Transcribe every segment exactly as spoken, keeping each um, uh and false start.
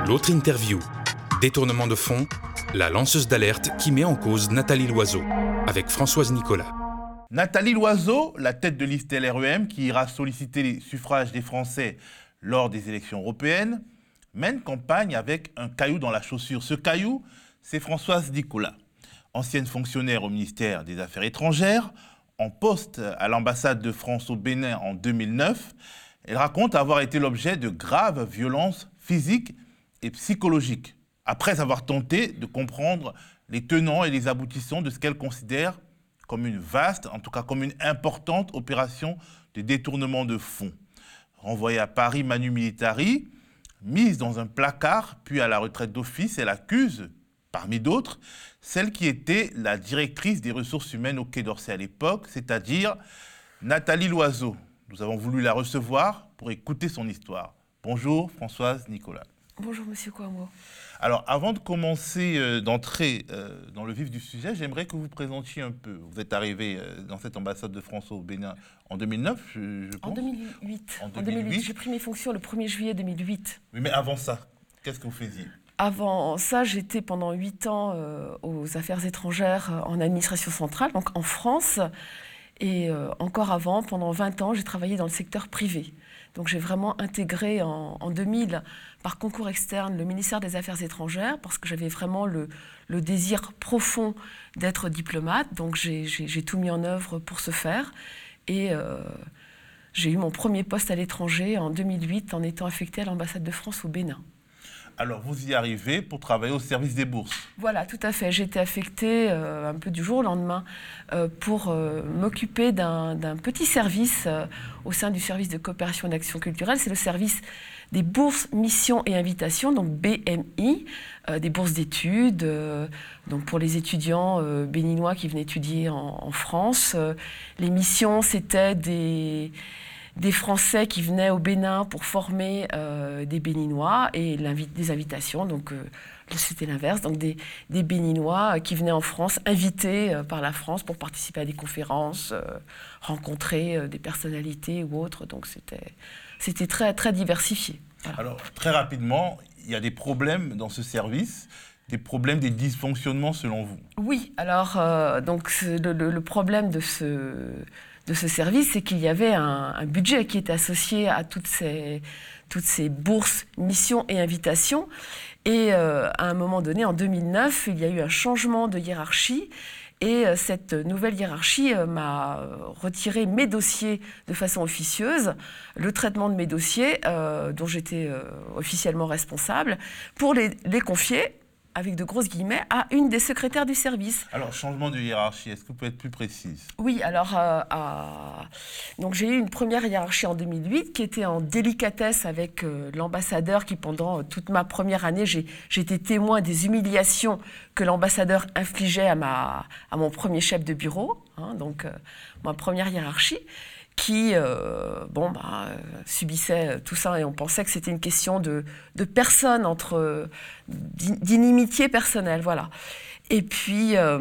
L'autre interview, détournement de fonds, la lanceuse d'alerte qui met en cause Nathalie Loiseau, avec Françoise Nicolas. Nathalie Loiseau, la tête de liste L R E M qui ira solliciter les suffrages des Français lors des élections européennes, mène campagne avec un caillou dans la chaussure. Ce caillou, c'est Françoise Nicolas, ancienne fonctionnaire au ministère des Affaires étrangères, en poste à l'ambassade de France au Bénin en deux mille neuf. Elle raconte avoir été l'objet de graves violences physiques et psychologiques, après avoir tenté de comprendre les tenants et les aboutissants de ce qu'elle considère comme une vaste, en tout cas comme une importante opération de détournement de fonds. Renvoyée à Paris Manu Militari, mise dans un placard, puis à la retraite d'office, elle accuse, parmi d'autres, celle qui était la directrice des ressources humaines au Quai d'Orsay à l'époque, c'est-à-dire Nathalie Loiseau. Nous avons voulu la recevoir pour écouter son histoire. Bonjour Françoise Nicolas. Bonjour Monsieur Kouamouo. Alors, avant de commencer, euh, d'entrer euh, dans le vif du sujet, j'aimerais que vous vous présentiez un peu. Vous êtes arrivé euh, dans cette ambassade de France au Bénin en deux mille neuf, je, je pense. En deux mille huit. En En deux mille huit. J'ai pris mes fonctions le premier juillet deux mille huit. Oui, mais avant ça, qu'est-ce que vous faisiez? Avant ça, j'étais pendant huit ans euh, aux affaires étrangères euh, en administration centrale, donc en France. Et euh, encore avant, pendant vingt ans, j'ai travaillé dans le secteur privé. Donc j'ai vraiment intégré en, en deux mille, par concours externe, le ministère des Affaires étrangères, parce que j'avais vraiment le, le désir profond d'être diplomate. Donc j'ai, j'ai, j'ai tout mis en œuvre pour ce faire. Et euh, j'ai eu mon premier poste à l'étranger en deux mille huit en étant affectée à l'ambassade de France au Bénin. Alors, vous y arrivez pour travailler au service des bourses. Voilà, tout à fait. J'ai été affectée euh, un peu du jour au lendemain euh, pour euh, m'occuper d'un, d'un petit service euh, au sein du service de coopération et d'action culturelle. C'est le service des bourses, missions et invitations, donc B M I, euh, des bourses d'études, euh, donc pour les étudiants euh, béninois qui venaient étudier en, en France. Euh, les missions, c'était des... des Français qui venaient au Bénin pour former euh, des Béninois et des invitations, donc euh, c'était l'inverse, donc des, des Béninois qui venaient en France, invités euh, par la France pour participer à des conférences, euh, rencontrer euh, des personnalités ou autres, donc c'était, c'était très, très diversifié. Voilà. Alors, très rapidement, il y a des problèmes dans ce service, des problèmes, des dysfonctionnements selon vous? Oui, alors, euh, donc le, le, le problème de ce... de ce service, c'est qu'il y avait un, un budget qui était associé à toutes ces, toutes ces bourses, missions et invitations. Et euh, à un moment donné, en deux mille neuf, il y a eu un changement de hiérarchie. Et euh, cette nouvelle hiérarchie euh, m'a retiré mes dossiers de façon officieuse, le traitement de mes dossiers, euh, dont j'étais euh, officiellement responsable, pour les, les confier, avec de grosses guillemets, à une des secrétaires du service. Alors, changement de hiérarchie, est-ce que vous pouvez être plus précise? Oui, alors, euh, à... donc, j'ai eu une première hiérarchie en deux mille huit qui était en délicatesse avec euh, l'ambassadeur qui, pendant euh, toute ma première année, j'ai, j'ai été témoin des humiliations que l'ambassadeur infligeait à, ma, à mon premier chef de bureau, hein, donc euh, ma première hiérarchie, qui euh, bon, bah, euh, subissait tout ça et on pensait que c'était une question de, de personnes, entre, euh, d'inimitié personnelle, voilà. Et puis, euh,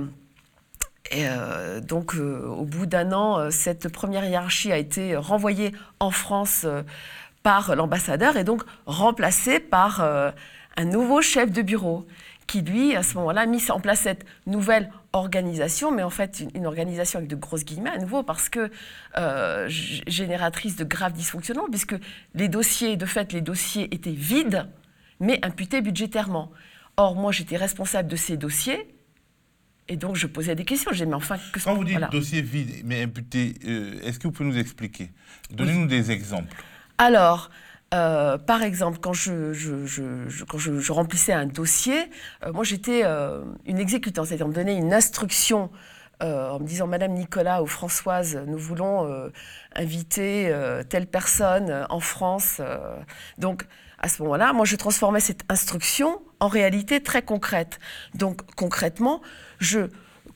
et, euh, donc, euh, au bout d'un an, euh, cette première hiérarchie a été renvoyée en France euh, par l'ambassadeur et donc remplacée par euh, un nouveau chef de bureau qui, lui, à ce moment-là, a mis en place cette nouvelle organisation, mais en fait une, une organisation avec de grosses guillemets à nouveau, parce que euh, génératrice de graves dysfonctionnements, puisque les dossiers, de fait, les dossiers étaient vides, mais imputés budgétairement. Or, moi, j'étais responsable de ces dossiers, et donc je posais des questions. J'ai dit, mais enfin... Que Quand vous dites voilà. dossier vide, mais imputé, euh, est-ce que vous pouvez nous expliquer? Donnez-nous oui. des exemples. Alors... Euh, par exemple, quand je, je, je, je, quand je, je remplissais un dossier, euh, moi j'étais euh, une exécutante, c'est-à-dire on me donnait une instruction euh, en me disant « Madame Nicolas ou Françoise, nous voulons euh, inviter euh, telle personne euh, en France. Euh. » Donc à ce moment-là, moi je transformais cette instruction en réalité très concrète. Donc concrètement, je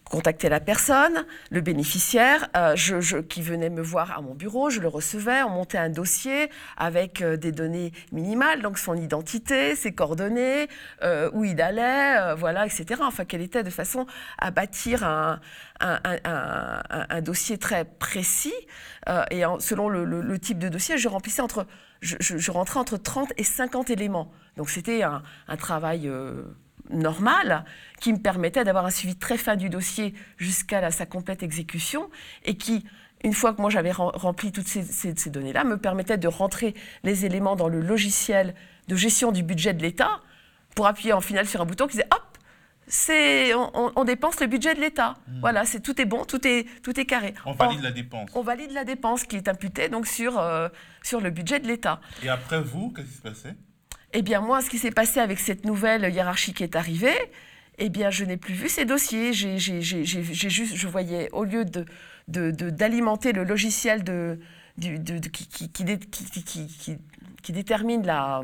contactais la personne, le bénéficiaire, euh, je, je, qui venait me voir à mon bureau, je le recevais, on montait un dossier avec euh, des données minimales, donc son identité, ses coordonnées, euh, où il allait, euh, voilà, et cetera. Enfin, quelle était de façon à bâtir un, un, un, un, un dossier très précis. Euh, et en, selon le, le, le type de dossier, je remplissais entre, je, je, je rentrais entre trente et cinquante éléments. Donc c'était un, un travail euh, normal qui me permettait d'avoir un suivi très fin du dossier jusqu'à la, sa complète exécution et qui, une fois que moi j'avais rempli toutes ces, ces, ces données-là, me permettait de rentrer les éléments dans le logiciel de gestion du budget de l'État pour appuyer en finale sur un bouton qui disait hop, c'est, on, on dépense le budget de l'État. Mmh. Voilà, c'est, tout est bon, tout est, tout est carré. On valide on, la dépense. On valide la dépense qui est imputée donc sur, euh, sur le budget de l'État. Et après vous, qu'est-ce qui se passait ? Eh bien moi, ce qui s'est passé avec cette nouvelle hiérarchie qui est arrivée, eh bien, je n'ai plus vu ces dossiers. J'ai, j'ai, j'ai, j'ai juste, je voyais, au lieu de, de, de, d'alimenter le logiciel de, de, de, de, qui, qui, qui, qui, qui, qui, qui détermine la,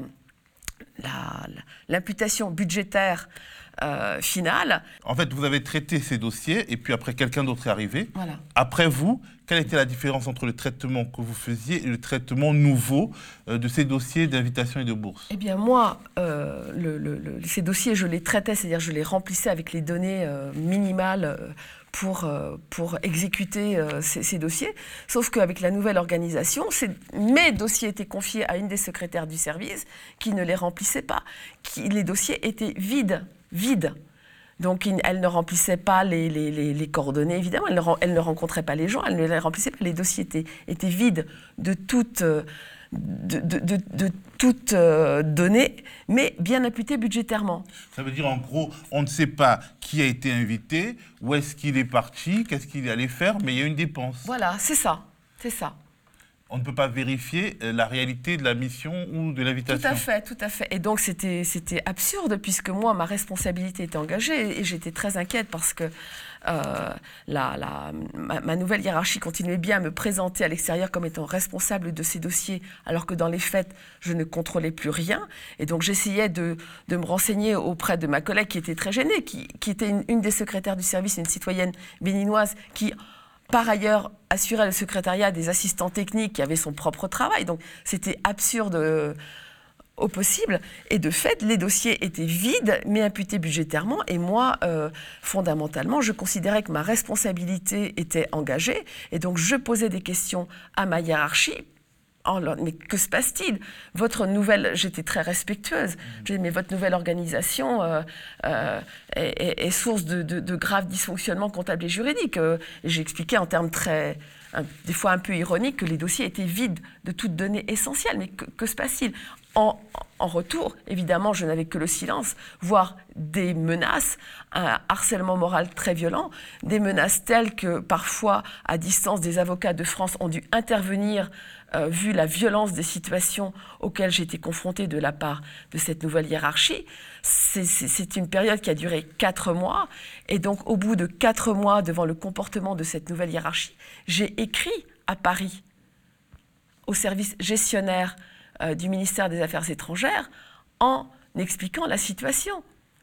la, l'imputation budgétaire euh, finale. En fait, vous avez traité ces dossiers et puis après, quelqu'un d'autre est arrivé. Voilà. Après vous, quelle était la différence entre le traitement que vous faisiez et le traitement nouveau euh, de ces dossiers d'invitation et de bourse ? Eh bien, moi, euh, le, le, le, ces dossiers, je les traitais, c'est-à-dire je les remplissais avec les données euh, minimales euh, pour, euh, pour exécuter euh, ces, ces dossiers. Sauf qu'avec la nouvelle organisation, ces, mes dossiers étaient confiés à une des secrétaires du service qui ne les remplissait pas. Qui, les dossiers étaient vides, vides. Donc, elle ne remplissait pas les, les, les, les coordonnées, évidemment. Elle ne, elle ne rencontrait pas les gens, elle ne les remplissait pas. Les dossiers étaient, étaient vides de toute, de, de, de, de toute euh, donnée, mais bien imputés budgétairement. Ça veut dire, en gros, on ne sait pas qui a été invité, où est-ce qu'il est parti, qu'est-ce qu'il allait faire, mais il y a une dépense. Voilà, c'est ça, c'est ça. On ne peut pas vérifier la réalité de la mission ou de l'invitation. Tout à fait, tout à fait. Et donc, c'était, c'était absurde, puisque moi, ma responsabilité était engagée, et j'étais très inquiète parce que euh, la, la, ma, ma nouvelle hiérarchie continuait bien à me présenter à l'extérieur comme étant responsable de ces dossiers, alors que dans les faits, je ne contrôlais plus rien. Et donc, j'essayais de, de me renseigner auprès de ma collègue qui était très gênée, qui, qui était une, une des secrétaires du service, une citoyenne béninoise, qui... par ailleurs, assurait le secrétariat des assistants techniques qui avaient son propre travail. Donc, c'était absurde euh, au possible. Et de fait, les dossiers étaient vides, mais imputés budgétairement. Et moi, euh, fondamentalement, je considérais que ma responsabilité était engagée. Et donc, je posais des questions à ma hiérarchie. Oh là, mais que se passe-t-il ? Votre nouvelle, j'étais très respectueuse, j'ai dit, mais votre nouvelle organisation euh, euh, est, est, est source de, de, de graves dysfonctionnements comptables et juridiques. Euh, et j'ai expliqué en termes très, un, des fois un peu ironiques, que les dossiers étaient vides de toute donnée essentielle. Mais que, que se passe-t-il ? En, en retour, évidemment, je n'avais que le silence, voire des menaces, un harcèlement moral très violent, des menaces telles que parfois, à distance, des avocats de France ont dû intervenir Euh, vu la violence des situations auxquelles j'ai été confrontée de la part de cette nouvelle hiérarchie. C'est, c'est, c'est une période qui a duré quatre mois. Et donc, au bout de quatre mois, devant le comportement de cette nouvelle hiérarchie, j'ai écrit à Paris, au service gestionnaire euh, du ministère des Affaires étrangères, en expliquant la situation.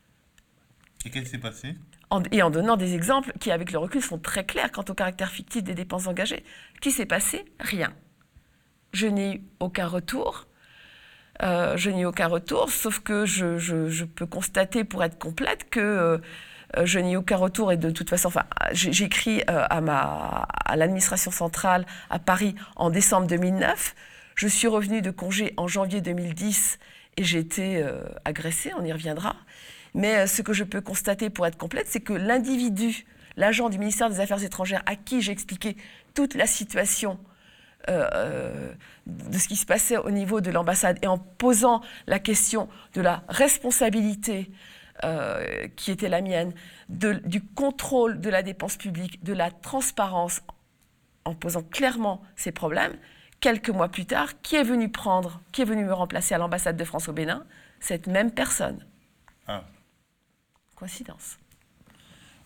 Et qu'est-ce qui s'est passé ? En, et en donnant des exemples qui, avec le recul, sont très clairs quant au caractère fictif des dépenses engagées. Qu'est-ce qui s'est passé ? Rien. Je n'ai eu aucun retour. Euh, je n'ai eu aucun retour, sauf que je, je, je peux constater, pour être complète, que euh, je n'ai eu aucun retour. Et de toute façon, enfin, j'ai, j'ai écrit euh, à, ma, à l'administration centrale à Paris en décembre deux mille neuf. Je suis revenue de congé en janvier deux mille dix et j'ai été euh, agressée, on y reviendra. Mais euh, ce que je peux constater, pour être complète, c'est que l'individu, l'agent du ministère des Affaires étrangères à qui j'ai expliqué toute la situation Euh, de ce qui se passait au niveau de l'ambassade et en posant la question de la responsabilité euh, qui était la mienne, de, du contrôle de la dépense publique, de la transparence, en posant clairement ces problèmes, quelques mois plus tard, qui est venu prendre, qui est venu me remplacer à l'ambassade de France au Bénin ? Cette même personne. Ah. Coïncidence.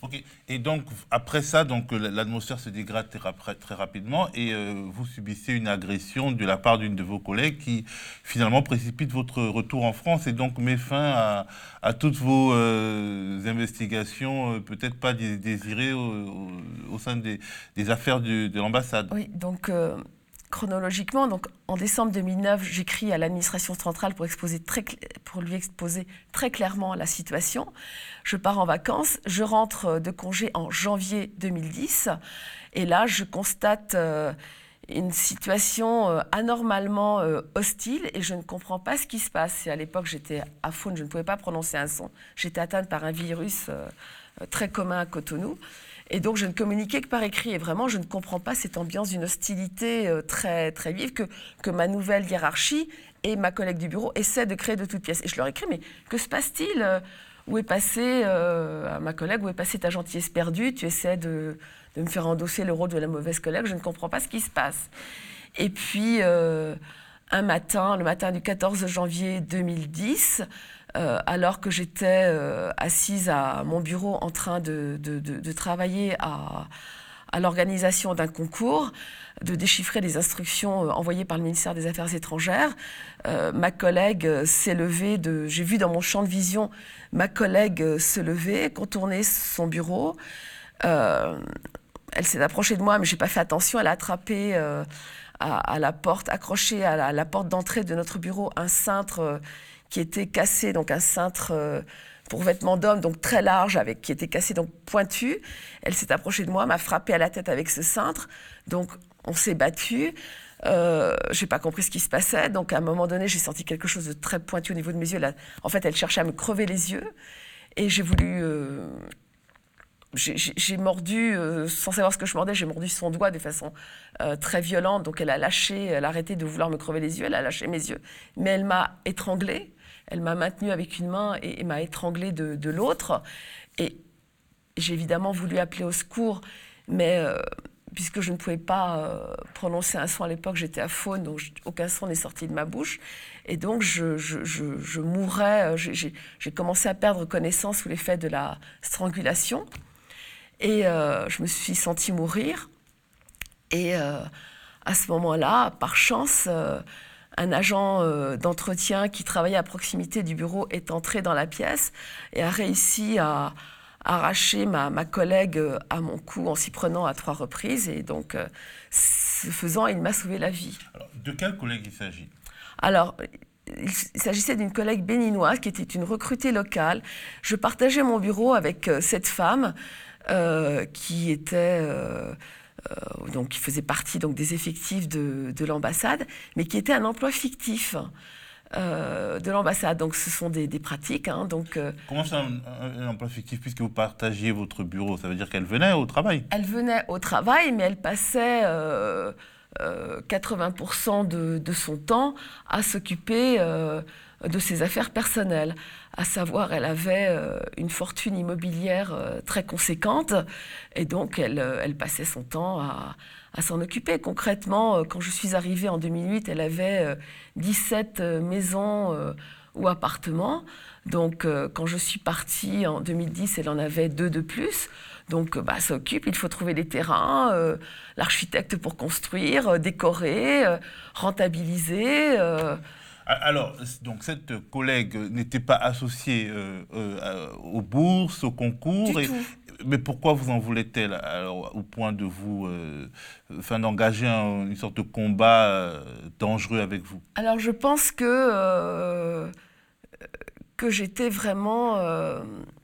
Ok. Et donc, après ça, donc, l'atmosphère se dégrade très, très rapidement et euh, vous subissez une agression de la part d'une de vos collègues qui, finalement, précipite votre retour en France et donc met fin à, à toutes vos euh, investigations, euh, peut-être pas désirées au, au, au sein des, des affaires de, de l'ambassade. Oui, donc... Euh... Chronologiquement, donc en décembre deux mille neuf, j'écris à l'administration centrale pour, exposer très, pour lui exposer très clairement la situation. Je pars en vacances, je rentre de congé en janvier deux mille dix, et là, je constate euh, une situation euh, anormalement euh, hostile, et je ne comprends pas ce qui se passe. Et à l'époque, j'étais à Faune, je ne pouvais pas prononcer un son. J'étais atteinte par un virus euh, très commun à Cotonou. Et donc, je ne communiquais que par écrit. Et vraiment, je ne comprends pas cette ambiance d'une hostilité euh, très, très vive que, que ma nouvelle hiérarchie et ma collègue du bureau essaient de créer de toutes pièces. Et je leur écris, mais que se passe-t-il ? Où est passé, euh, à ma collègue, où est passée ta gentillesse perdue ? Tu essaies de, de me faire endosser le rôle de la mauvaise collègue. Je ne comprends pas ce qui se passe. Et puis, euh, un matin, le matin du quatorze janvier deux mille dix, Euh, alors que j'étais euh, assise à mon bureau en train de, de, de, de travailler à, à l'organisation d'un concours, de déchiffrer les instructions euh, envoyées par le ministère des Affaires étrangères, euh, ma collègue euh, s'est levée, de, j'ai vu dans mon champ de vision ma collègue euh, se lever, contourner son bureau. Euh, elle s'est approchée de moi, mais je n'ai pas fait attention, elle a attrapé euh, à, à la porte, accroché à la, à la porte d'entrée de notre bureau un cintre euh, qui était cassé, donc un cintre euh, pour vêtements d'homme, donc très large, avec, qui était cassé, donc pointu. Elle s'est approchée de moi, m'a frappé à la tête avec ce cintre. Donc, on s'est battu. Euh, je n'ai pas compris ce qui se passait. Donc, à un moment donné, j'ai senti quelque chose de très pointu au niveau de mes yeux. Là, en fait, elle cherchait à me crever les yeux. Et j'ai voulu... Euh, j'ai, j'ai mordu, euh, sans savoir ce que je mordais, j'ai mordu son doigt de façon euh, très violente. Donc, elle a lâché, elle a arrêté de vouloir me crever les yeux. Elle a lâché mes yeux. Mais elle m'a étranglée. Elle m'a maintenue avec une main et, et m'a étranglée de, de l'autre. Et j'ai évidemment voulu appeler au secours, mais euh, puisque je ne pouvais pas euh, prononcer un son à l'époque, j'étais à Faune, donc je, aucun son n'est sorti de ma bouche. Et donc je, je, je, je mourais, j'ai, j'ai commencé à perdre connaissance sous l'effet de la strangulation. Et euh, je me suis sentie mourir. Et euh, à ce moment-là, par chance... Euh, un agent euh, d'entretien qui travaillait à proximité du bureau est entré dans la pièce et a réussi à, à arracher ma, ma collègue à mon cou en s'y prenant à trois reprises. Et donc, euh, ce faisant, il m'a sauvé la vie. Alors, de quelle collègue il s'agit ? Alors, il, il s'agissait d'une collègue béninoise qui était une recrutée locale. Je partageais mon bureau avec euh, cette femme euh, qui était... Euh, Euh, donc, qui faisait partie donc, des effectifs de, de l'ambassade, mais qui était un emploi fictif euh, de l'ambassade. Donc, ce sont des, des pratiques. Hein, donc, euh, Comment c'est un, un, un emploi fictif puisque vous partagiez votre bureau ? Ça veut dire qu'elle venait au travail ? Elle venait au travail, mais elle passait euh, euh, quatre-vingts pour cent de, de son temps à s'occuper euh, de ses affaires personnelles. À savoir, elle avait euh, une fortune immobilière euh, très conséquente et donc elle, euh, elle passait son temps à, à s'en occuper. Concrètement, euh, quand je suis arrivée en deux mille huit, elle avait euh, dix-sept euh, maisons euh, ou appartements. Donc, euh, quand je suis partie en deux mille dix, elle en avait deux de plus. Donc, bah, ça occupe, il faut trouver des terrains, euh, l'architecte pour construire, euh, décorer, euh, rentabiliser... Euh, Alors, donc cette collègue n'était pas associée euh, euh, aux bourses, aux concours. Du et, tout. Mais pourquoi vous en voulait-elle alors, au point de vous, euh, enfin, d'engager un, une sorte de combat euh, dangereux avec vous ? Alors, je pense que, euh, que j'étais vraiment... Euh,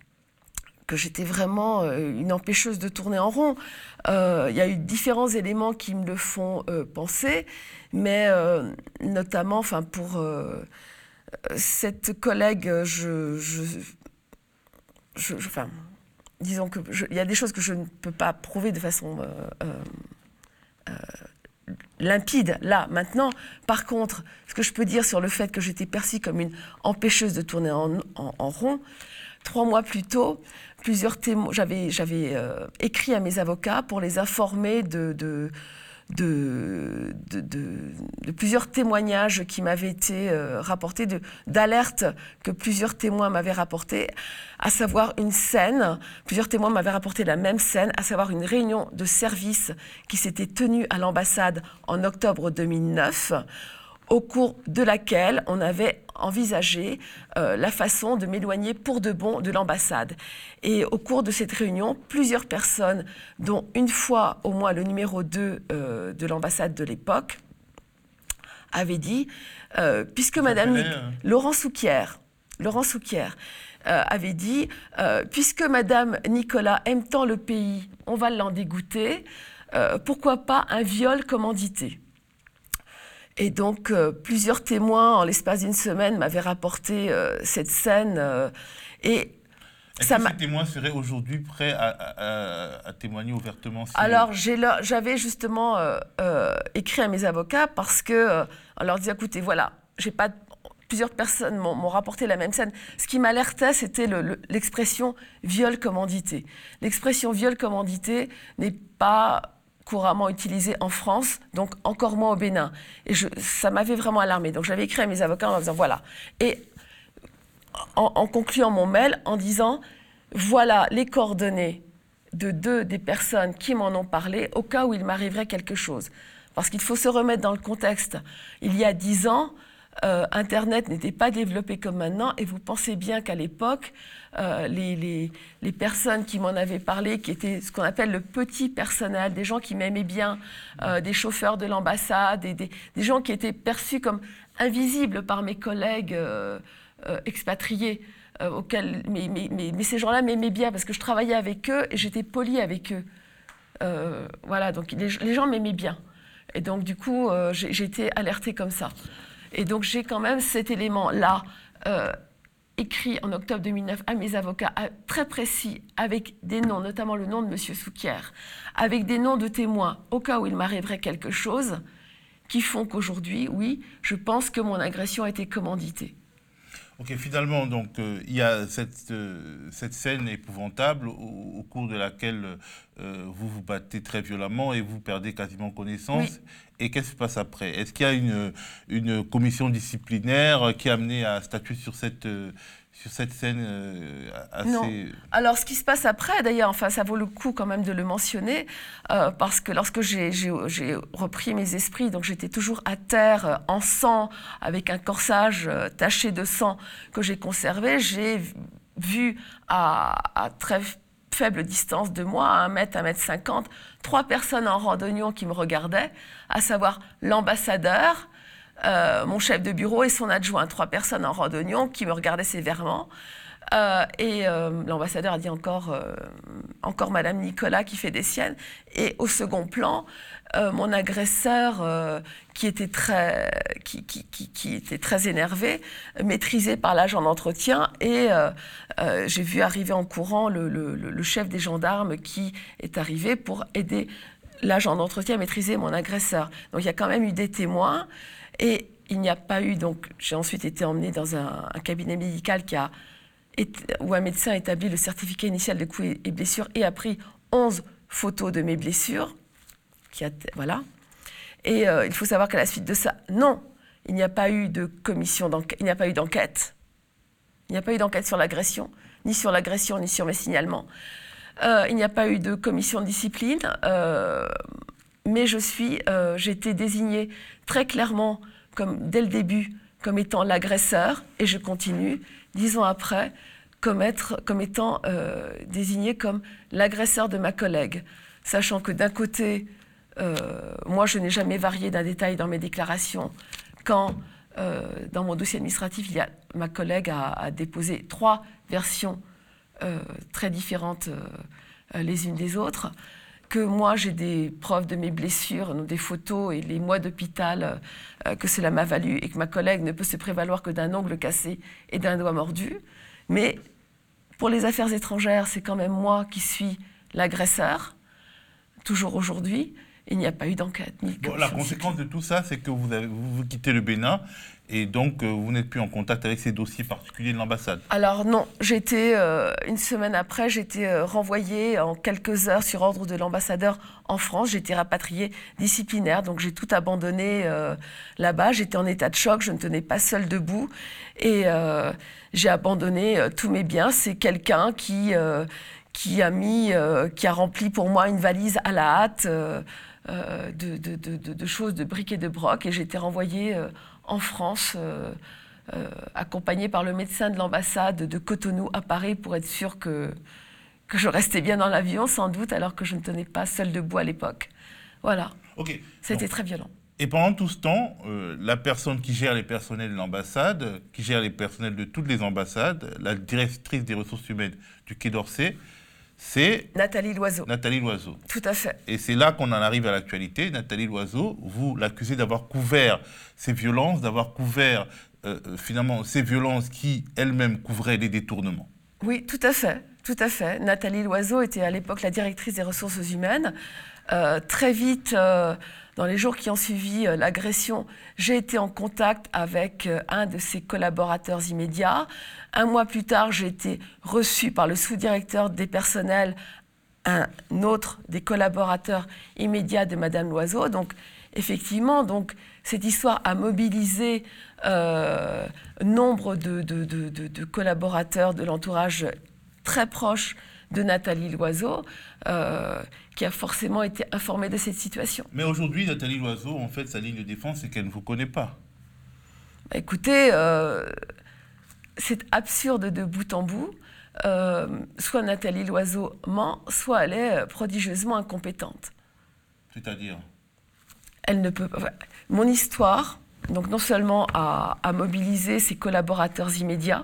que j'étais vraiment une empêcheuse de tourner en rond. Euh, il y a eu différents éléments qui me le font euh, penser, mais euh, notamment, enfin, pour euh, cette collègue, je, je, je, je enfin, disons que je, il y a des choses que je ne peux pas prouver de façon euh, euh, euh, limpide, là, maintenant. Par contre, ce que je peux dire sur le fait que j'étais perçue comme une empêcheuse de tourner en, en, en rond, trois mois plus tôt, plusieurs témoins, j'avais, j'avais euh, écrit à mes avocats pour les informer de, de, de, de, de, de plusieurs témoignages qui m'avaient été euh, rapportés, de, d'alertes que plusieurs témoins m'avaient rapportées, à savoir une scène, plusieurs témoins m'avaient rapporté la même scène, à savoir une réunion de service qui s'était tenue à l'ambassade en octobre deux mille neuf, au cours de laquelle on avait envisagé euh, la façon de m'éloigner pour de bon de l'ambassade. Et au cours de cette réunion, plusieurs personnes, dont une fois au moins le numéro deux euh, de l'ambassade de l'époque, avaient dit, euh, puisque Madame Nic- euh... Laurent Souquier, Laurent Souquier euh, avait dit, euh, puisque Madame Nicolas aime tant le pays, on va l'en dégoûter, euh, pourquoi pas un viol commandité ? Et donc, euh, plusieurs témoins, en l'espace d'une semaine, m'avaient rapporté euh, cette scène. Euh, et Est-ce ça que ces témoins seraient aujourd'hui prêts à, à, à témoigner ouvertement si... Alors, j'ai leur, j'avais justement euh, euh, écrit à mes avocats parce que, euh, on leur disait, écoutez, voilà, j'ai pas... Plusieurs personnes m'ont, m'ont rapporté la même scène. Ce qui m'alertait, c'était le, le, l'expression « viol commandité ». L'expression « viol commandité » n'est pas couramment utilisé en France, donc encore moins au Bénin. Et je, ça m'avait vraiment alarmée. Donc j'avais écrit à mes avocats en disant voilà. Et en, en concluant mon mail en disant voilà les coordonnées de deux des personnes qui m'en ont parlé au cas où il m'arriverait quelque chose. Parce qu'il faut se remettre dans le contexte. Il y a dix ans, euh, Internet n'était pas développé comme maintenant, et vous pensez bien qu'à l'époque, euh, les, les, les personnes qui m'en avaient parlé, qui étaient ce qu'on appelle le petit personnel, des gens qui m'aimaient bien, euh, des chauffeurs de l'ambassade, des, des, des gens qui étaient perçus comme invisibles par mes collègues euh, euh, expatriés, euh, auxquels, mais, mais, mais, mais ces gens-là m'aimaient bien parce que je travaillais avec eux et j'étais polie avec eux. Euh, voilà, donc les, les gens m'aimaient bien. Et donc, du coup, euh, j'ai, j'ai été alertée comme ça. Et donc, j'ai quand même cet élément-là euh, écrit en octobre deux mille neuf à mes avocats, à, très précis, avec des noms, notamment le nom de M. Souquier, avec des noms de témoins, au cas où il m'arriverait quelque chose, qui font qu'aujourd'hui, oui, je pense que mon agression a été commanditée. Ok, finalement, donc, euh, il y a cette, euh, cette scène épouvantable au, au cours de laquelle euh, vous vous battez très violemment et vous perdez quasiment connaissance. Oui. Et qu'est-ce qui se passe après? Est-ce qu'il y a une, une commission disciplinaire qui est amenée à statuer sur cette, euh, sur cette scène euh, assez... Non. Alors, ce qui se passe après, d'ailleurs, enfin, ça vaut le coup quand même de le mentionner, euh, parce que lorsque j'ai, j'ai, j'ai repris mes esprits, donc j'étais toujours à terre, euh, en sang, avec un corsage euh, taché de sang que j'ai conservé, j'ai vu à, à très faible distance de moi, à un mètre, un mètre cinquante, trois personnes en randonnion qui me regardaient, à savoir l'ambassadeur, euh, mon chef de bureau et son adjoint, trois personnes en randonnion qui me regardaient sévèrement. Euh, et euh, l'ambassadeur a dit encore, euh, encore Madame Nicolas qui fait des siennes. Et au second plan, euh, mon agresseur euh, qui, était très, qui, qui, qui, qui était très énervé, maîtrisé par l'agent d'entretien. Et euh, euh, j'ai vu arriver en courant le, le, le chef des gendarmes qui est arrivé pour aider l'agent d'entretien à maîtriser mon agresseur. Donc il y a quand même eu des témoins. Et il n'y a pas eu, donc j'ai ensuite été emmenée dans un, un cabinet médical qui a où un médecin a établi le certificat initial de coups et blessures et a pris onze photos de mes blessures. Qui a, voilà. Et euh, il faut savoir qu'à la suite de ça, non, il n'y a pas eu de commission d'enquête, il n'y a pas eu d'enquête. Il n'y a pas eu d'enquête sur l'agression, ni sur l'agression, ni sur mes signalements. Euh, il n'y a pas eu de commission de discipline, euh, mais je suis, euh, j'ai été désignée très clairement, comme, dès le début, comme étant l'agresseur, et je continue, dix ans après, comme, être, comme étant euh, désigné comme l'agresseur de ma collègue. Sachant que d'un côté, euh, moi je n'ai jamais varié d'un détail dans mes déclarations, quand euh, dans mon dossier administratif, il y a, ma collègue a, a déposé trois versions euh, très différentes euh, les unes des autres, que moi j'ai des preuves de mes blessures, des photos et les mois d'hôpital euh, que cela m'a valu, et que ma collègue ne peut se prévaloir que d'un ongle cassé et d'un doigt mordu. Mais pour les affaires étrangères, c'est quand même moi qui suis l'agresseur, toujours aujourd'hui. il n'y a pas eu d'enquête. Bon, la conséquence de tout ça, c'est que vous, avez, vous, vous quittez le Bénin et donc euh, vous n'êtes plus en contact avec ces dossiers particuliers de l'ambassade. Alors non, j'étais, euh, une semaine après, j'étais euh, renvoyée en quelques heures sur ordre de l'ambassadeur en France. J'ai été rapatriée disciplinaire, donc j'ai tout abandonné euh, là-bas. J'étais en état de choc, je ne tenais pas seule debout et euh, j'ai abandonné euh, tous mes biens. C'est quelqu'un qui, euh, qui, a mis, euh, qui a rempli pour moi une valise à la hâte euh, euh, de, de, de, de, de choses, de briques et de brocs, et j'ai été renvoyée euh, en France, euh, euh, accompagnée par le médecin de l'ambassade de Cotonou à Paris pour être sûre que, que je restais bien dans l'avion, sans doute, alors que je ne tenais pas seule debout à l'époque. Voilà. Okay. C'était très violent. Et pendant tout ce temps, euh, la personne qui gère les personnels de l'ambassade, qui gère les personnels de toutes les ambassades, la directrice des ressources humaines du Quai d'Orsay, c'est Nathalie Loiseau. Nathalie Loiseau. Tout à fait. Et c'est là qu'on en arrive à l'actualité. Nathalie Loiseau, vous l'accusez d'avoir couvert ces violences, d'avoir couvert euh, finalement ces violences qui elles-mêmes couvraient les détournements. Oui, tout à fait. Tout à fait. Nathalie Loiseau était à l'époque la directrice des ressources humaines. Euh, très vite, euh, dans les jours qui ont suivi euh, l'agression, j'ai été en contact avec euh, un de ses collaborateurs immédiats. Un mois plus tard, j'ai été reçue par le sous-directeur des personnels, un autre des collaborateurs immédiats de Madame Loiseau. Donc, effectivement, donc, cette histoire a mobilisé euh, nombre de, de, de, de, de collaborateurs de l'entourage très proche de Nathalie Loiseau, euh, qui a forcément été informée de cette situation. Mais aujourd'hui, Nathalie Loiseau, en fait, sa ligne de défense, c'est qu'elle ne vous connaît pas. Écoutez, euh, c'est absurde de bout en bout. Euh, soit Nathalie Loiseau ment, soit elle est prodigieusement incompétente. C'est-à-dire ? Elle ne peut pas... Mon histoire, donc non seulement a, a mobilisé ses collaborateurs immédiats,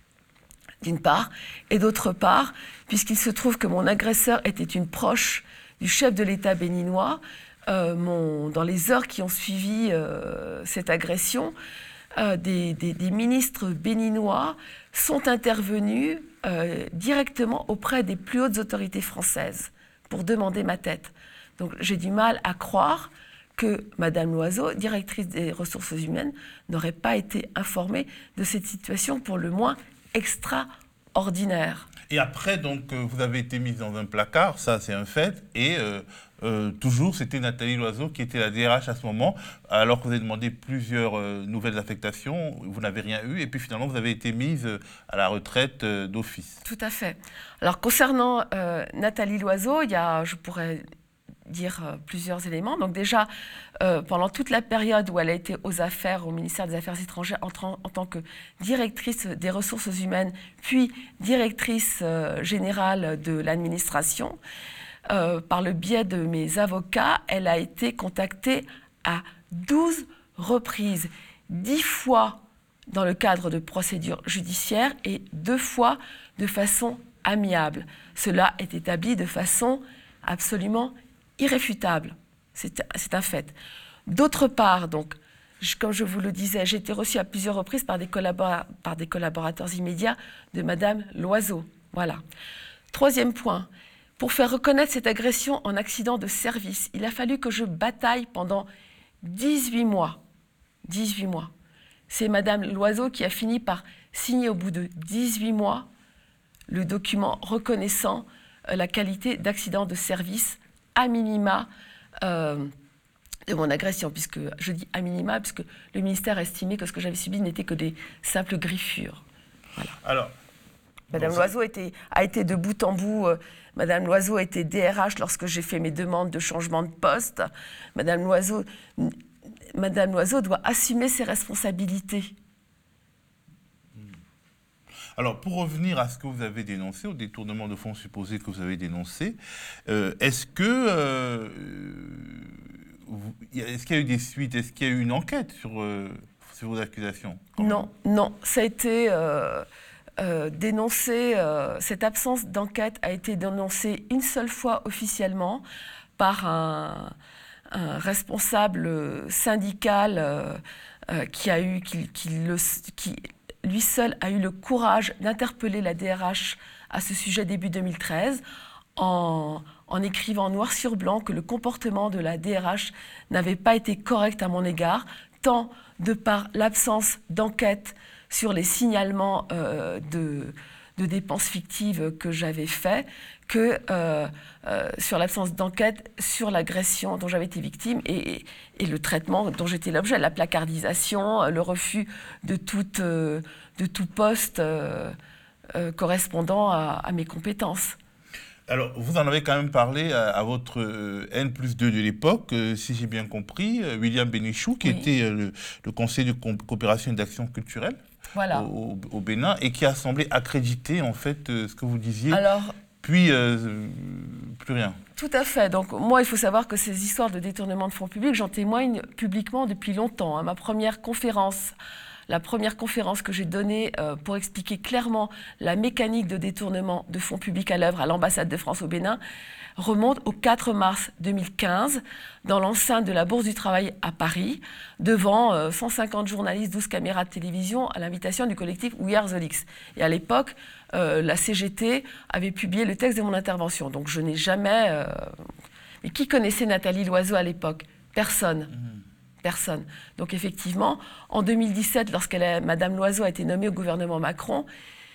d'une part, et d'autre part, puisqu'il se trouve que mon agresseur était une proche du chef de l'État béninois, euh, mon, dans les heures qui ont suivi euh, cette agression, euh, des, des, des ministres béninois sont intervenus euh, directement auprès des plus hautes autorités françaises pour demander ma tête. Donc j'ai du mal à croire que Madame Loiseau, directrice des ressources humaines, n'aurait pas été informée de cette situation pour le moins extraordinaire. Et après, donc, euh, vous avez été mise dans un placard, ça c'est un fait, et euh, euh, toujours c'était Nathalie Loiseau qui était la D R H à ce moment, alors que vous avez demandé plusieurs euh, nouvelles affectations, vous n'avez rien eu, et puis finalement vous avez été mise à la retraite euh, d'office. Tout à fait. Alors concernant euh, Nathalie Loiseau, il y a, je pourrais dire euh, plusieurs éléments. Donc déjà, euh, pendant toute la période où elle a été aux affaires, au ministère des Affaires étrangères, en, en tant que directrice des ressources humaines, puis directrice euh, générale de l'administration, euh, par le biais de mes avocats, elle a été contactée à douze reprises, dix fois dans le cadre de procédures judiciaires et deux fois de façon amiable. Cela est établi de façon absolument irréfutable, c'est un fait. D'autre part, donc, je, comme je vous le disais, j'ai été reçue à plusieurs reprises par des, collabora par des collaborateurs immédiats de Madame Loiseau. Voilà. Troisième point, pour faire reconnaître cette agression en accident de service, il a fallu que je bataille pendant dix-huit mois. dix-huit mois. C'est Madame Loiseau qui a fini par signer au bout de dix-huit mois le document reconnaissant euh, la qualité d'accident de service à minima euh, de mon agression, puisque je dis à minima, puisque le ministère a estimé que ce que j'avais subi n'était que des simples griffures. Voilà. Alors, Madame bon, Loiseau était, a été de bout en bout, euh, Madame Loiseau a été D R H lorsque j'ai fait mes demandes de changement de poste. Madame Loiseau, Madame Loiseau doit assumer ses responsabilités. Alors, pour revenir à ce que vous avez dénoncé, au détournement de fonds supposé que vous avez dénoncé, euh, est-ce que euh, vous, est-ce qu'il y a eu des suites? Est-ce qu'il y a eu une enquête sur, euh, sur vos accusations? Non, non. Ça a été euh, euh, dénoncé, euh, cette absence d'enquête a été dénoncée une seule fois officiellement par un, un responsable syndical euh, euh, qui a eu... Qui, qui le, qui, lui seul a eu le courage d'interpeller la D R H à ce sujet début deux mille treize en, en écrivant noir sur blanc que le comportement de la D R H n'avait pas été correct à mon égard, tant de par l'absence d'enquête sur les signalements euh, de, de dépenses fictives que j'avais faits, que euh, euh, sur l'absence d'enquête sur l'agression dont j'avais été victime et, et, et le traitement dont j'étais l'objet, la placardisation, le refus de, toute, euh, de tout poste euh, euh, correspondant à, à mes compétences. Alors, vous en avez quand même parlé à, à votre euh, N plus deux de l'époque, euh, si j'ai bien compris, euh, William Bénichou, qui oui. était euh, le, le conseiller de coopération et d'action culturelle voilà. au, au Bénin, et qui a semblé accréditer, en fait, euh, ce que vous disiez, Alors, puis euh, plus rien. Tout à fait. Donc, moi, il faut savoir que ces histoires de détournement de fonds publics, j'en témoigne publiquement depuis longtemps. Hein. Ma première conférence... La première conférence que j'ai donnée euh, pour expliquer clairement la mécanique de détournement de fonds publics à l'œuvre à l'ambassade de France au Bénin remonte au quatre mars deux mille quinze dans l'enceinte de la Bourse du Travail à Paris, devant euh, cent cinquante journalistes, douze caméras de télévision à l'invitation du collectif We Are the Leaks. Et à l'époque, euh, la C G T avait publié le texte de mon intervention. Donc je n'ai jamais... Euh... Mais qui connaissait Nathalie Loiseau à l'époque? Personne. Mmh. Personne. Donc effectivement, en deux mille dix-sept, lorsque Madame Loiseau a été nommée au gouvernement Macron,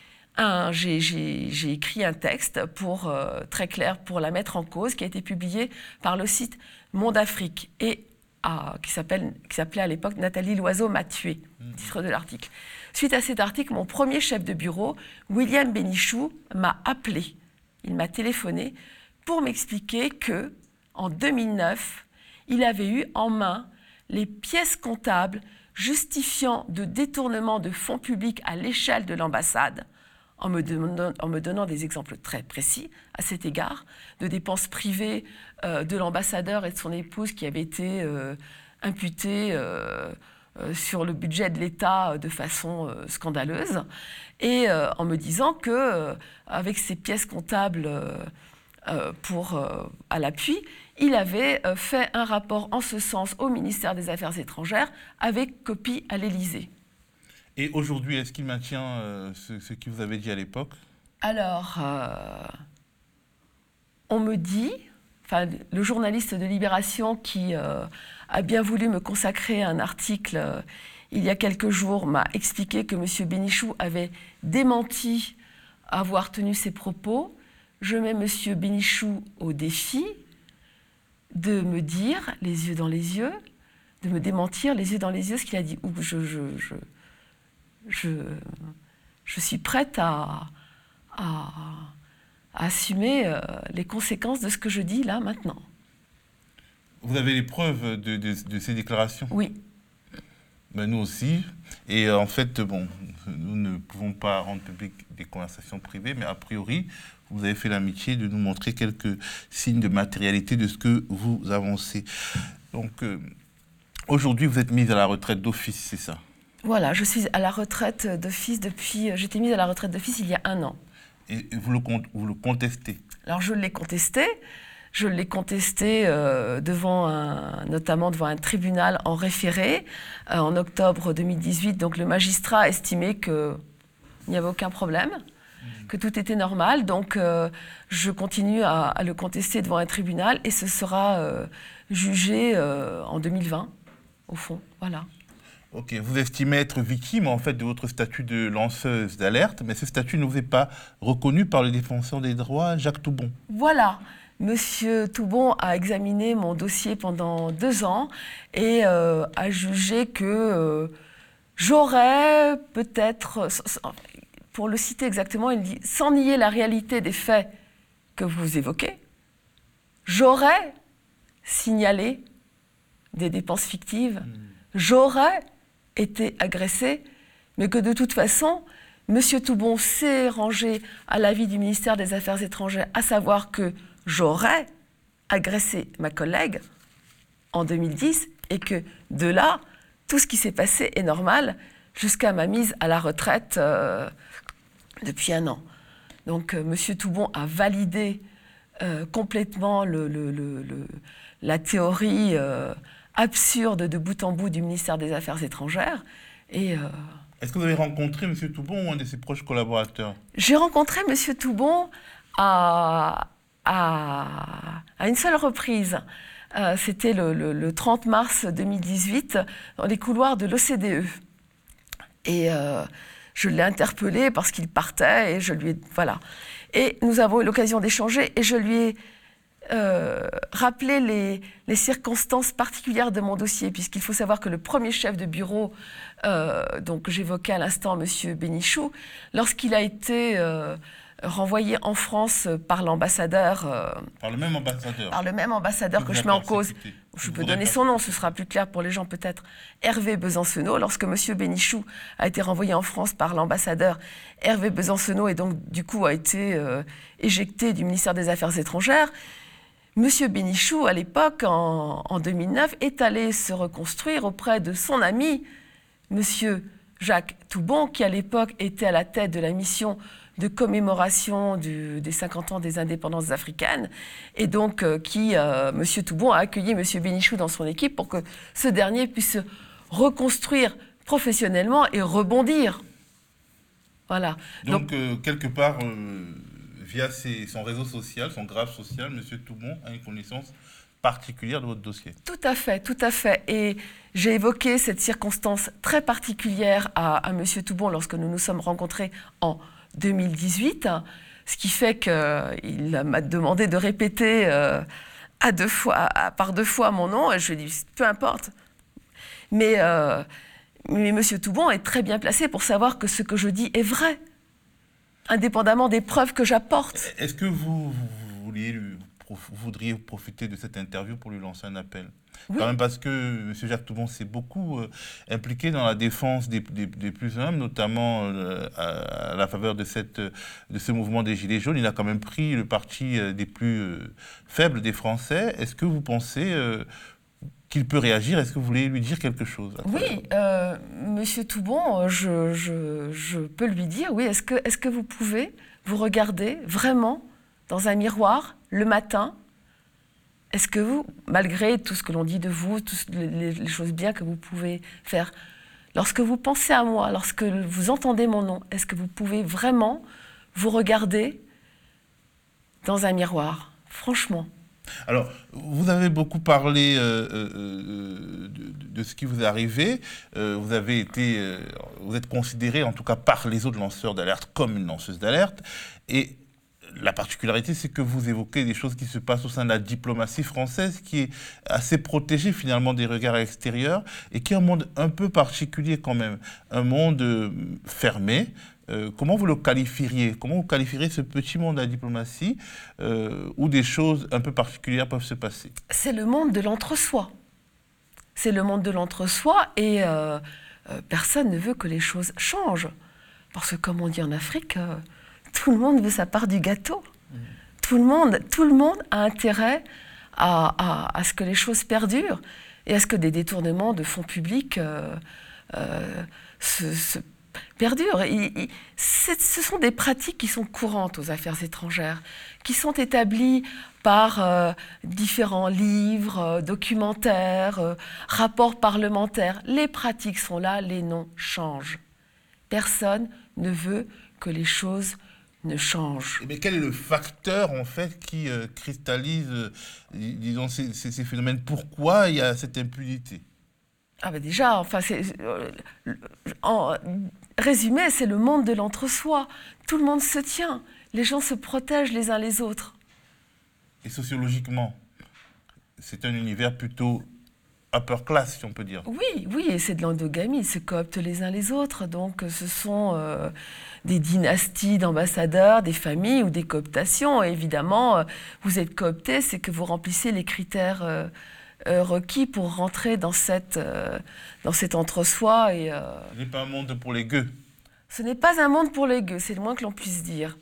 j'ai écrit un texte pour, euh, très clair pour la mettre en cause, qui a été publié par le site Monde Afrique et à, qui s'appelait à l'époque Nathalie Loiseau m'a tué, mmh. titre de l'article. Suite à cet article, mon premier chef de bureau, William Bénichou, m'a appelé. Il m'a téléphoné pour m'expliquer que, en deux mille neuf, il avait eu en main les pièces comptables justifiant de détournement de fonds publics à l'échelle de l'ambassade, en me, donnant, en me donnant des exemples très précis à cet égard, de dépenses privées euh, de l'ambassadeur et de son épouse qui avaient été euh, imputées euh, euh, sur le budget de l'État de façon euh, scandaleuse, et euh, en me disant que euh, avec ces pièces comptables euh, euh, pour, euh, à l'appui, il avait euh, fait un rapport en ce sens au ministère des Affaires étrangères avec copie à l'Élysée. Et aujourd'hui, est-ce qu'il maintient euh, ce, ce qu'il vous avait dit à l'époque? Alors, euh, on me dit, enfin, le journaliste de Libération qui euh, a bien voulu me consacrer un article euh, il y a quelques jours m'a expliqué que M. Bénichou avait démenti avoir tenu ses propos. Je mets M. Bénichou au défi de me dire, les yeux dans les yeux, de me démentir les yeux dans les yeux ce qu'il a dit. Ou je, je, je, je, je suis prête à, à, à assumer euh, les conséquences de ce que je dis là, maintenant. Vous avez les preuves de, de, de ces déclarations? Oui. Ben, nous aussi. Et euh, en fait, bon, nous ne pouvons pas rendre public des conversations privées, mais a priori, vous avez fait l'amitié de nous montrer quelques signes de matérialité de ce que vous avancez. Donc, euh, aujourd'hui, vous êtes mise à la retraite d'office, c'est ça? Voilà, je suis à la retraite d'office depuis... J'étais mise à la retraite d'office il y a un an. Et vous le, vous le contestez? Alors, je l'ai contesté. Je l'ai contesté euh, devant un, notamment devant un tribunal en référé euh, en octobre deux mille dix-huit. Donc, le magistrat a estimé qu'il n'y avait aucun problème, que tout était normal. Donc, euh, je continue à, à le contester devant un tribunal et ce sera euh, jugé euh, en deux mille vingt, au fond. Voilà. Ok, vous estimez être victime en fait de votre statut de lanceuse d'alerte, mais ce statut ne vous est pas reconnu par le défenseur des droits, Jacques Toubon. Voilà. Monsieur Toubon a examiné mon dossier pendant deux ans et euh, a jugé que euh, j'aurais peut-être... Pour le citer exactement, il dit « Sans nier la réalité des faits que vous évoquez, j'aurais signalé des dépenses fictives, mmh. j'aurais été agressé, mais que de toute façon, M. Toubon s'est rangé à l'avis du ministère des Affaires étrangères, à savoir que j'aurais agressé ma collègue en deux mille dix et que de là, tout ce qui s'est passé est normal jusqu'à ma mise à la retraite euh, depuis un an. Donc, euh, M. Toubon a validé euh, complètement le, le, le, le, la théorie euh, absurde de bout en bout du ministère des Affaires étrangères. Et, euh, est-ce que vous avez rencontré M. Toubon ou un de ses proches collaborateurs? J'ai rencontré M. Toubon à... à, à une seule reprise. Euh, C'était le, le, le trente mars deux mille dix-huit, dans les couloirs de l'O C D E. Et euh, je l'ai interpellé parce qu'il partait, et je lui ai... Voilà. Et nous avons eu l'occasion d'échanger, et je lui ai euh, rappelé les, les circonstances particulières de mon dossier, puisqu'il faut savoir que le premier chef de bureau, euh, donc j'évoquais à l'instant M. Bénichou, lorsqu'il a été... Euh, renvoyé en France par l'ambassadeur... Euh, par le même ambassadeur Par le même ambassadeur que, que je mets en cause. Je vous peux donner son nom, ce sera plus clair pour les gens peut-être. Hervé Besancenot. Lorsque M. Bénichou a été renvoyé en France par l'ambassadeur, Hervé Besancenot, et donc du coup a été euh, éjecté du ministère des Affaires étrangères, M. Bénichou, à l'époque, en, en deux mille neuf, est allé se reconstruire auprès de son ami, M. Jacques Toubon, qui à l'époque était à la tête de la mission de commémoration du, des cinquante ans des indépendances africaines, et donc euh, qui, euh, M. Toubon, a accueilli M. Bénichou dans son équipe pour que ce dernier puisse se reconstruire professionnellement et rebondir. Voilà. Donc, donc euh, quelque part, euh, via ses, son réseau social, son graphe social, M. Toubon a une connaissance particulière de votre dossier. Tout à fait, tout à fait. Et j'ai évoqué cette circonstance très particulière à, à M. Toubon lorsque nous nous sommes rencontrés en deux mille dix-huit, ce qui fait qu'il m'a demandé de répéter euh, à deux fois, à, par deux fois mon nom, et je lui ai dit, peu importe. Mais, euh, mais M. Toubon est très bien placé pour savoir que ce que je dis est vrai, indépendamment des preuves que j'apporte. Est-ce que vous, vous, vous, vouliez lui, vous voudriez profiter de cette interview pour lui lancer un appel ? Oui. Quand même parce que M. Jacques Toubon s'est beaucoup euh, impliqué dans la défense des, des, des plus humbles, notamment euh, à, à la faveur de, cette, de ce mouvement des Gilets jaunes. Il a quand même pris le parti euh, des plus euh, faibles des Français. Est-ce que vous pensez euh, qu'il peut réagir? Est-ce que vous voulez lui dire quelque chose? Oui, euh, M. Toubon, je, je, je peux lui dire, oui, est-ce que, est-ce que vous pouvez vous regarder vraiment dans un miroir le matin? Est-ce que vous, malgré tout ce que l'on dit de vous, toutes les, les choses bien que vous pouvez faire, lorsque vous pensez à moi, lorsque vous entendez mon nom, est-ce que vous pouvez vraiment vous regarder dans un miroir? Franchement. Alors, vous avez beaucoup parlé euh, euh, de, de ce qui vous est arrivé. Euh, vous avez été, euh, vous êtes considéré, en tout cas par les autres lanceurs d'alerte, comme une lanceuse d'alerte. Et la particularité, c'est que vous évoquez des choses qui se passent au sein de la diplomatie française, qui est assez protégée finalement des regards extérieurs, et qui est un monde un peu particulier quand même, un monde euh, fermé. Euh, comment vous le qualifieriez? Comment vous qualifieriez ce petit monde de la diplomatie euh, où des choses un peu particulières peuvent se passer? C'est le monde de l'entre-soi. C'est le monde de l'entre-soi, et euh, euh, personne ne veut que les choses changent. Parce que, comme on dit en Afrique, euh, tout le monde veut sa part du gâteau. Mmh. Tout le monde, tout le monde a intérêt à, à, à ce que les choses perdurent et à ce que des détournements de fonds publics euh, euh, se, se perdurent. Il, il, ce sont des pratiques qui sont courantes aux affaires étrangères, qui sont établies par euh, différents livres, euh, documentaires, euh, rapports parlementaires. Les pratiques sont là, les noms changent. Personne ne veut que les choses ne changent. Mais quel est le facteur en fait qui euh, cristallise, euh, disons, ces, ces, ces phénomènes? Pourquoi il y a cette impunité? Ah ben déjà, enfin, c'est, euh, en résumé, c'est le monde de l'entre-soi. Tout le monde se tient. Les gens se protègent les uns les autres. Et sociologiquement, c'est un univers plutôt upper class, si on peut dire. Oui, oui, et c'est de l'endogamie. Ils se cooptent les uns les autres. Donc, ce sont euh, des dynasties d'ambassadeurs, des familles ou des cooptations. Et évidemment, euh, vous êtes coopté, c'est que vous remplissez les critères euh, euh, requis pour rentrer dans, cette, euh, dans cet entre-soi. Et, euh, ce n'est pas un monde pour les gueux. Ce n'est pas un monde pour les gueux, c'est le moins que l'on puisse dire.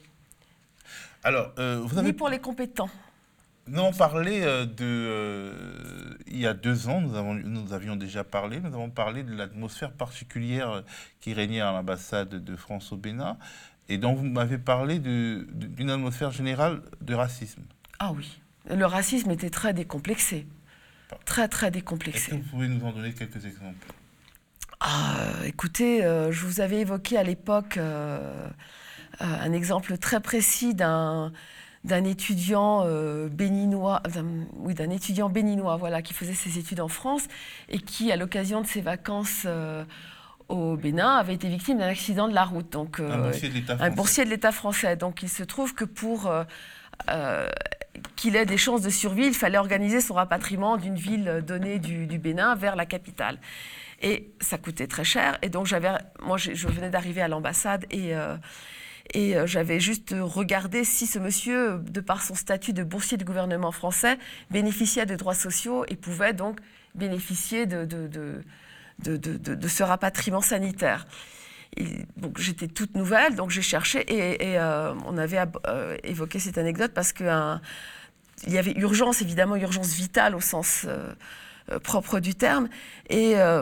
Alors, euh, vous avez... Ni pour les compétents. Nous avons parlé euh, de... Euh, il y a deux ans, nous, avons, nous avions déjà parlé, nous avons parlé de l'atmosphère particulière qui régnait à l'ambassade de France au Bénin, et dont vous m'avez parlé de, de, d'une atmosphère générale de racisme. Ah oui, le racisme était très décomplexé. Très, très décomplexé. Est-ce que vous pouvez nous en donner quelques exemples? Ah, écoutez, euh, je vous avais évoqué à l'époque euh, euh, un exemple très précis d'un... d'un étudiant euh, béninois, d'un, oui, d'un étudiant béninois, voilà, qui faisait ses études en France et qui, à l'occasion de ses vacances euh, au Bénin, avait été victime d'un accident de la route. Donc, euh, un boursier de l'État français. Un boursier de l'État français. Donc, il se trouve que pour euh, euh, qu'il ait des chances de survie, il fallait organiser son rapatriement d'une ville donnée du, du Bénin vers la capitale. Et ça coûtait très cher. Et donc, j'avais, moi, je, je venais d'arriver à l'ambassade et euh, Et j'avais juste regardé si ce monsieur, de par son statut de boursier du gouvernement français, bénéficiait de droits sociaux et pouvait donc bénéficier de, de, de, de, de, de, de ce rapatriement sanitaire. Et donc j'étais toute nouvelle, donc j'ai cherché et, et euh, on avait euh, évoqué cette anecdote parce qu'il y avait urgence, évidemment, urgence vitale au sens euh, euh, propre du terme. Et euh,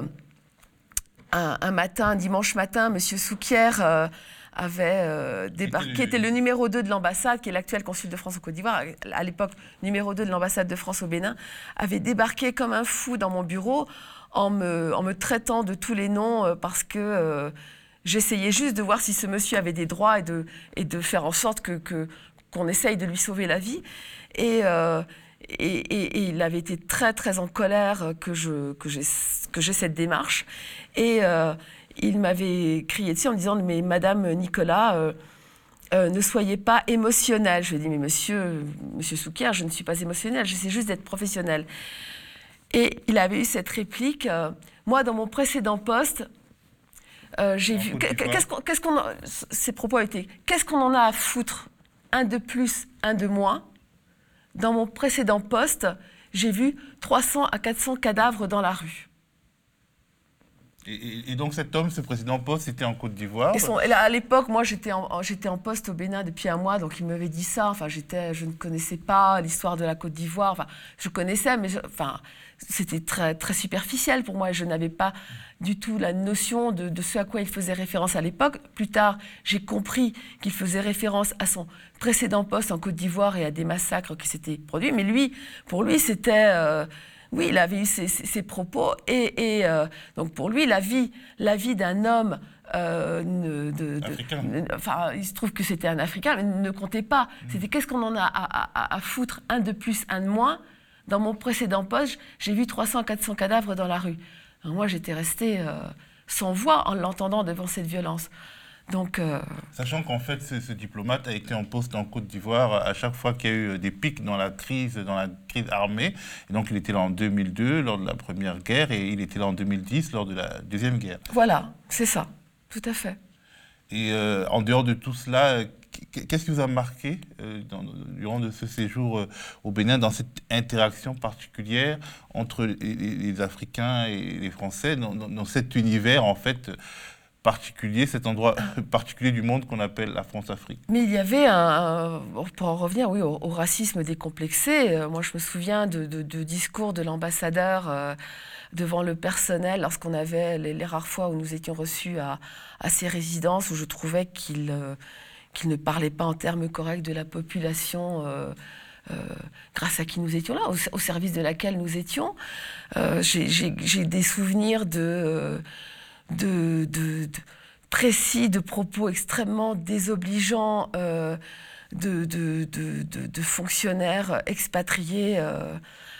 un, un matin, un dimanche matin, monsieur Souquier... Euh, avait euh, débarqué, qui était le numéro deux de l'ambassade, qui est l'actuel consul de France au Côte d'Ivoire, à l'époque numéro deux de l'ambassade de France au Bénin, avait débarqué comme un fou dans mon bureau en me, en me traitant de tous les noms euh, parce que euh, j'essayais juste de voir si ce monsieur avait des droits et de, et de faire en sorte que, que, qu'on essaye de lui sauver la vie. Et, euh, et, et, et il avait été très, très en colère que, je, que, j'ai, que j'ai cette démarche. Et... Euh, il m'avait crié dessus en me disant « Mais Madame Nicolas, euh, euh, ne soyez pas émotionnelle. » Je lui ai dit « Mais monsieur, monsieur Souquier, je ne suis pas émotionnelle, j'essaie juste d'être professionnelle. » Et il avait eu cette réplique. Euh, moi, dans mon précédent poste, euh, j'ai vu... Qu'est-ce qu'on, qu'est-ce qu'on a, ces propos étaient « Qu'est-ce qu'on en a à foutre? Un de plus, un de moins. » Dans mon précédent poste, j'ai vu trois cents à quatre cents cadavres dans la rue. Et, et donc cet homme, ce président poste, c'était en Côte d'Ivoire. Et son, et là, à l'époque, moi, j'étais en, j'étais en poste au Bénin depuis un mois, donc il m'avait dit ça. Enfin, j'étais, je ne connaissais pas l'histoire de la Côte d'Ivoire. Enfin, je connaissais, mais je, enfin, c'était très, très superficiel pour moi. Et je n'avais pas du tout la notion de, de ce à quoi il faisait référence à l'époque. Plus tard, j'ai compris qu'il faisait référence à son précédent poste en Côte d'Ivoire et à des massacres qui s'étaient produits. Mais lui, pour lui, c'était... Euh, Oui, il avait eu ses, ses, ses propos et, et euh, donc pour lui, la vie, la vie d'un homme, euh, ne, de, de, ne, enfin, il se trouve que c'était un Africain, mais ne comptait pas. Mmh. C'était qu'est-ce qu'on en a à, à, à foutre, un de plus, un de moins. Dans mon précédent poste, j'ai vu trois cents à quatre cents cadavres dans la rue. Alors moi, j'étais restée euh, sans voix en l'entendant devant cette violence. Donc, euh... Sachant qu'en fait, ce, ce diplomate a été en poste en Côte d'Ivoire à chaque fois qu'il y a eu des pics dans la crise, dans la crise armée. Et donc, il était là en deux mille deux, lors de la Première Guerre, et il était là en deux mille dix, lors de la Deuxième Guerre. Voilà, c'est ça, tout à fait. Et euh, en dehors de tout cela, qu'est-ce qui vous a marqué euh, dans, durant de ce séjour euh, au Bénin, dans cette interaction particulière entre les, les Africains et les Français, dans, dans, dans cet univers, en fait, particulier, cet endroit particulier du monde qu'on appelle la France-Afrique. Mais il y avait un, pour en revenir, oui, au, au racisme décomplexé. Euh, moi, je me souviens de, de, de discours de l'ambassadeur euh, devant le personnel lorsqu'on avait les, les rares fois où nous étions reçus à, à ses résidences, où je trouvais qu'il euh, qu'il ne parlait pas en termes corrects de la population. Euh, Euh, grâce à qui nous étions là, au, au service de laquelle nous étions. Euh, j'ai, j'ai, j'ai des souvenirs de, de, de, de précis, de propos extrêmement désobligeants euh, de, de, de, de, de fonctionnaires expatriés. Euh.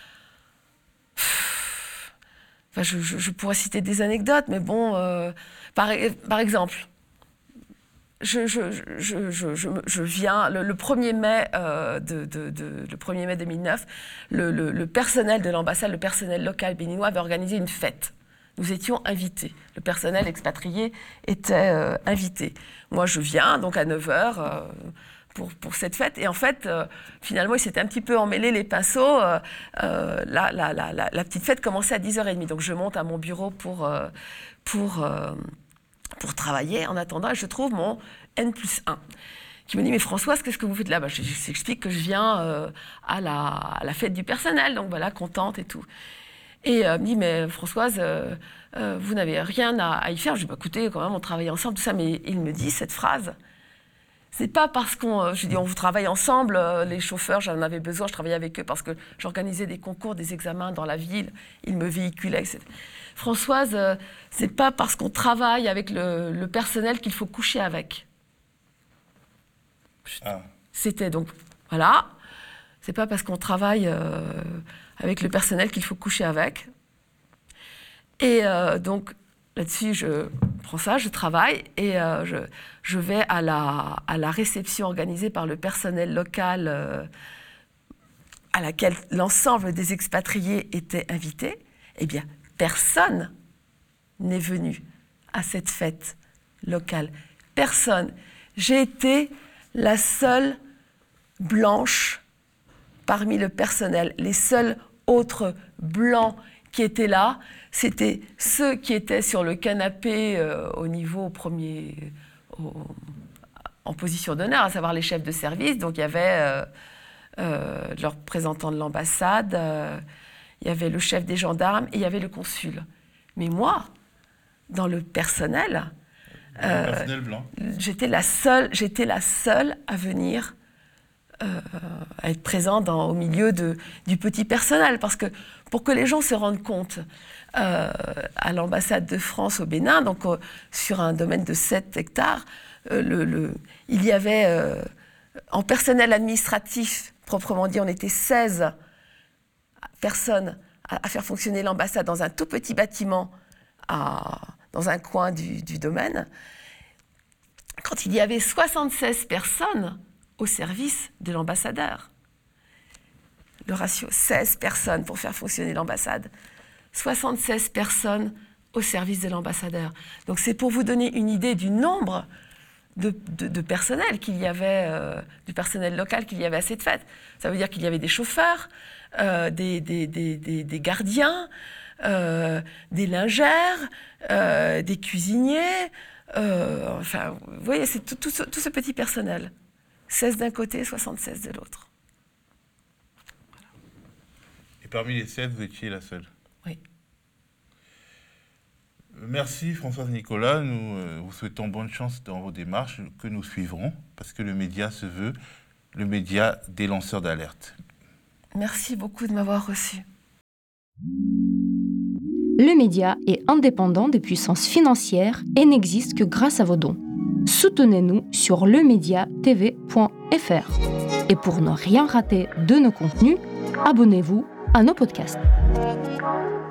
Enfin, je, je, je pourrais citer des anecdotes, mais bon, euh, par, par exemple, Je, je, je, je, je, je viens, le, le premier mai euh, de, de, de, le premier mai deux mille neuf, le, le, le personnel de l'ambassade, le personnel local béninois avait organisé une fête. Nous étions invités. Le personnel expatrié était euh, invité. Moi, je viens donc à neuf heures euh, pour, pour cette fête. Et en fait, euh, finalement, il s'était un petit peu emmêlé les pinceaux. Euh, euh, la, la, la, la, la petite fête commençait à dix heures trente. Donc, je monte à mon bureau pour... Euh, pour euh, pour travailler en attendant, et je trouve mon N plus un qui me dit « Mais Françoise, qu'est-ce que vous faites là ?» bah, je, je, je explique que je viens euh, à, la, à la fête du personnel, donc voilà, contente et tout. Et euh, me dit « Mais Françoise, euh, euh, vous n'avez rien à, à y faire ?» Je dis bah, « Écoutez, quand même, on travaille ensemble, tout ça. » Mais il me dit cette phrase. C'est pas parce qu'on, je dis, on travaille ensemble, les chauffeurs, j'en avais besoin, je travaillais avec eux parce que j'organisais des concours, des examens dans la ville, ils me véhiculaient, et cetera. Françoise, euh, c'est pas parce qu'on travaille avec le, le personnel qu'il faut coucher avec. Ah. C'était donc Voilà. C'est pas parce qu'on travaille euh, avec le personnel qu'il faut coucher avec. Et euh, donc, là-dessus, je prends ça, je travaille et euh, je, je vais à la, à la réception organisée par le personnel local euh, à laquelle l'ensemble des expatriés étaient invités. Eh bien, personne n'est venu à cette fête locale. Personne. J'ai été la seule blanche parmi le personnel. Les seuls autres blancs qui étaient là, c'était ceux qui étaient sur le canapé euh, au niveau premier, au, en position d'honneur, à savoir les chefs de service. Donc il y avait euh, euh, le représentant de l'ambassade, euh, il y avait le chef des gendarmes et il y avait le consul. Mais moi, dans le personnel, euh, le personnel blanc. j'étais la seule, j'étais la seule à venir Euh, à être présent dans, au milieu de, du petit personnel. Parce que pour que les gens se rendent compte, euh, à l'ambassade de France au Bénin, donc euh, sur un domaine de sept hectares, euh, le, le, il y avait, euh, en personnel administratif, proprement dit, on était seize personnes à, à faire fonctionner l'ambassade dans un tout petit bâtiment à, dans un coin du, du domaine. Quand il y avait soixante-seize personnes au service de l'ambassadeur. Le ratio, seize personnes pour faire fonctionner l'ambassade. soixante-seize personnes au service de l'ambassadeur. Donc c'est pour vous donner une idée du nombre de, de, de personnel qu'il y avait, euh, du personnel local qu'il y avait à cette fête. Ça veut dire qu'il y avait des chauffeurs, euh, des, des, des, des, des gardiens, euh, des lingères, euh, des cuisiniers. Euh, enfin, vous voyez, c'est tout, tout, ce, tout ce petit personnel. seize d'un côté, soixante-seize de l'autre. Et parmi les seize, vous étiez la seule. Oui. Merci Françoise Nicolas. Nous euh, vous souhaitons bonne chance dans vos démarches que nous suivrons, parce que le média se veut le média des lanceurs d'alerte. Merci beaucoup de m'avoir reçu. Le média est indépendant des puissances financières et n'existe que grâce à vos dons. Soutenez-nous sur lemediatv point f r. Et pour ne rien rater de nos contenus, abonnez-vous à nos podcasts.